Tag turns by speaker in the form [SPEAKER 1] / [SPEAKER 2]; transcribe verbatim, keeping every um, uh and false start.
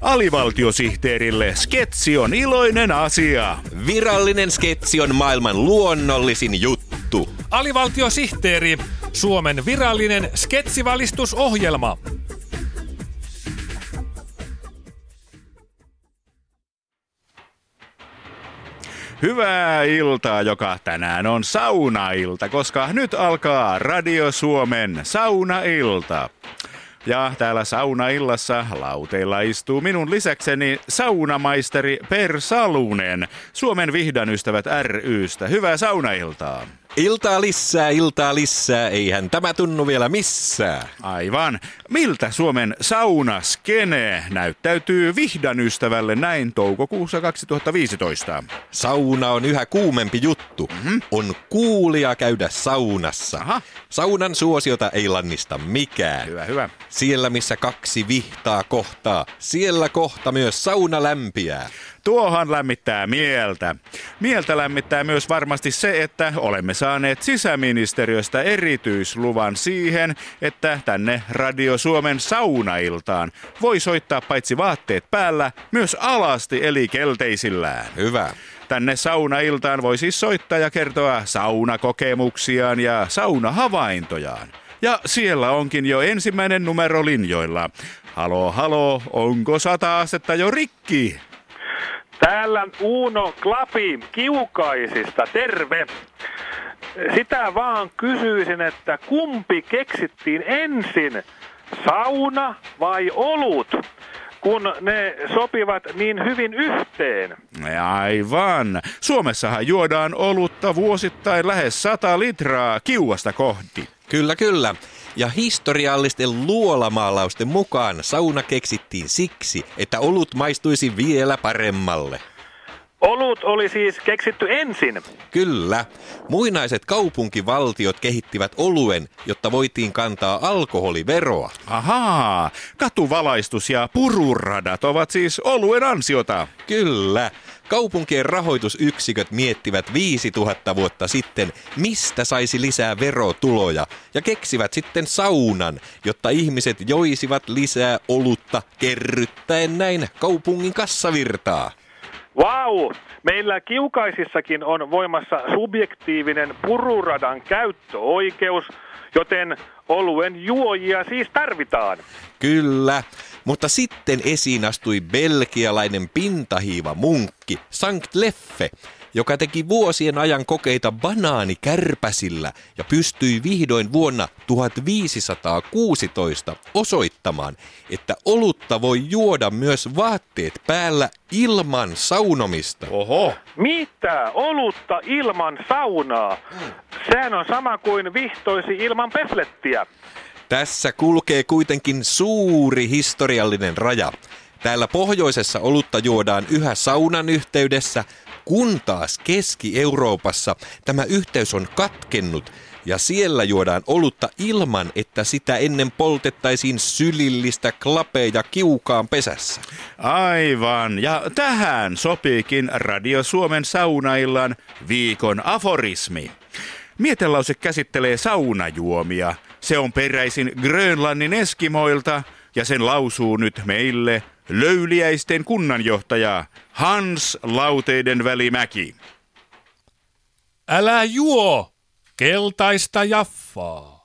[SPEAKER 1] Alivaltiosihteerille sketsi on iloinen asia.
[SPEAKER 2] Virallinen sketsi on maailman luonnollisin juttu.
[SPEAKER 3] Alivaltiosihteeri, Suomen virallinen sketsivalistusohjelma.
[SPEAKER 1] Hyvää iltaa, joka tänään on saunailta, koska nyt alkaa Radio Suomen saunailta. Ja täällä saunaillassa lauteilla istuu minun lisäkseni saunamaisteri Per Salunen Suomen Vihdan ystävät ry:stä. Hyvää saunailtaa.
[SPEAKER 2] Iltaa lisää, iltaa lisää, eihän tämä tunnu vielä missään.
[SPEAKER 1] Aivan. Miltä Suomen saunaskene näyttäytyy Vihdan ystävälle näin toukokuussa kaksituhattaviisitoista?
[SPEAKER 2] Sauna on yhä kuumempi juttu. Mm-hmm. On kuulia käydä saunassa.
[SPEAKER 1] Aha.
[SPEAKER 2] Saunan suosiota ei lannista mikään.
[SPEAKER 1] Hyvä, hyvä.
[SPEAKER 2] Siellä missä kaksi vihtaa kohtaa, siellä kohta myös sauna lämpiää.
[SPEAKER 1] Tuohan lämmittää mieltä. Mieltä lämmittää myös varmasti se, että olemme saaneet sisäministeriöstä erityisluvan siihen, että tänne Radio Suomen saunailtaan voi soittaa paitsi vaatteet päällä, myös alasti eli kelteisillään.
[SPEAKER 2] Hyvä.
[SPEAKER 1] Tänne saunailtaan voi siis soittaa ja kertoa saunakokemuksiaan ja saunahavaintojaan. Ja siellä onkin jo ensimmäinen numero linjoilla. Halo, halo, onko sata astetta jo rikki?
[SPEAKER 4] Täällä Uuno Klapi Kiukaisista, terve. Sitä vaan kysyisin, että kumpi keksittiin ensin, sauna vai olut, kun ne sopivat niin hyvin yhteen?
[SPEAKER 1] Aivan. Suomessahan juodaan olutta vuosittain lähes sata litraa kiuasta kohti.
[SPEAKER 2] Kyllä, kyllä. Ja historiallisten luolamaalausten mukaan sauna keksittiin siksi, että olut maistuisi vielä paremmalle.
[SPEAKER 4] Olut oli siis keksitty ensin.
[SPEAKER 2] Kyllä. Muinaiset kaupunkivaltiot kehittivät oluen, jotta voitiin kantaa alkoholiveroa.
[SPEAKER 1] Ahaa, katuvalaistus ja pururadat ovat siis oluen ansiota.
[SPEAKER 2] Kyllä. Kaupunkien rahoitusyksiköt miettivät viisituhatta vuotta sitten, mistä saisi lisää verotuloja, ja keksivät sitten saunan, jotta ihmiset joisivat lisää olutta kerryttäen näin kaupungin kassavirtaa.
[SPEAKER 4] Vau! Meillä Kiukaisissakin on voimassa subjektiivinen pururadan käyttöoikeus, joten oluen juojia siis tarvitaan.
[SPEAKER 2] Kyllä, mutta sitten esiin astui belgialainen pintahiiva munkki Sankt Leffe, joka teki vuosien ajan kokeita banaanikärpäsillä ja pystyi vihdoin vuonna tuhatviisisataakuusitoista osoittamaan, että olutta voi juoda myös vaatteet päällä ilman saunomista.
[SPEAKER 1] Oho!
[SPEAKER 4] Mitä? Olutta ilman saunaa? Sehän on sama kuin vihtoisi ilman peslettiä.
[SPEAKER 2] Tässä kulkee kuitenkin suuri historiallinen raja. Täällä pohjoisessa olutta juodaan yhä saunan yhteydessä, kun taas Keski-Euroopassa tämä yhteys on katkennut ja siellä juodaan olutta ilman, että sitä ennen poltettaisiin sylillistä klapeja kiukaan pesässä.
[SPEAKER 1] Aivan, ja tähän sopiikin Radio Suomen saunaillan viikon aforismi. Mietelause käsittelee saunajuomia. Se on peräisin Grönlannin eskimoilta ja sen lausuu nyt meille löyliäisten kunnanjohtaja Hans Lauteiden Välimäki.
[SPEAKER 3] Älä juo keltaista jaffaa.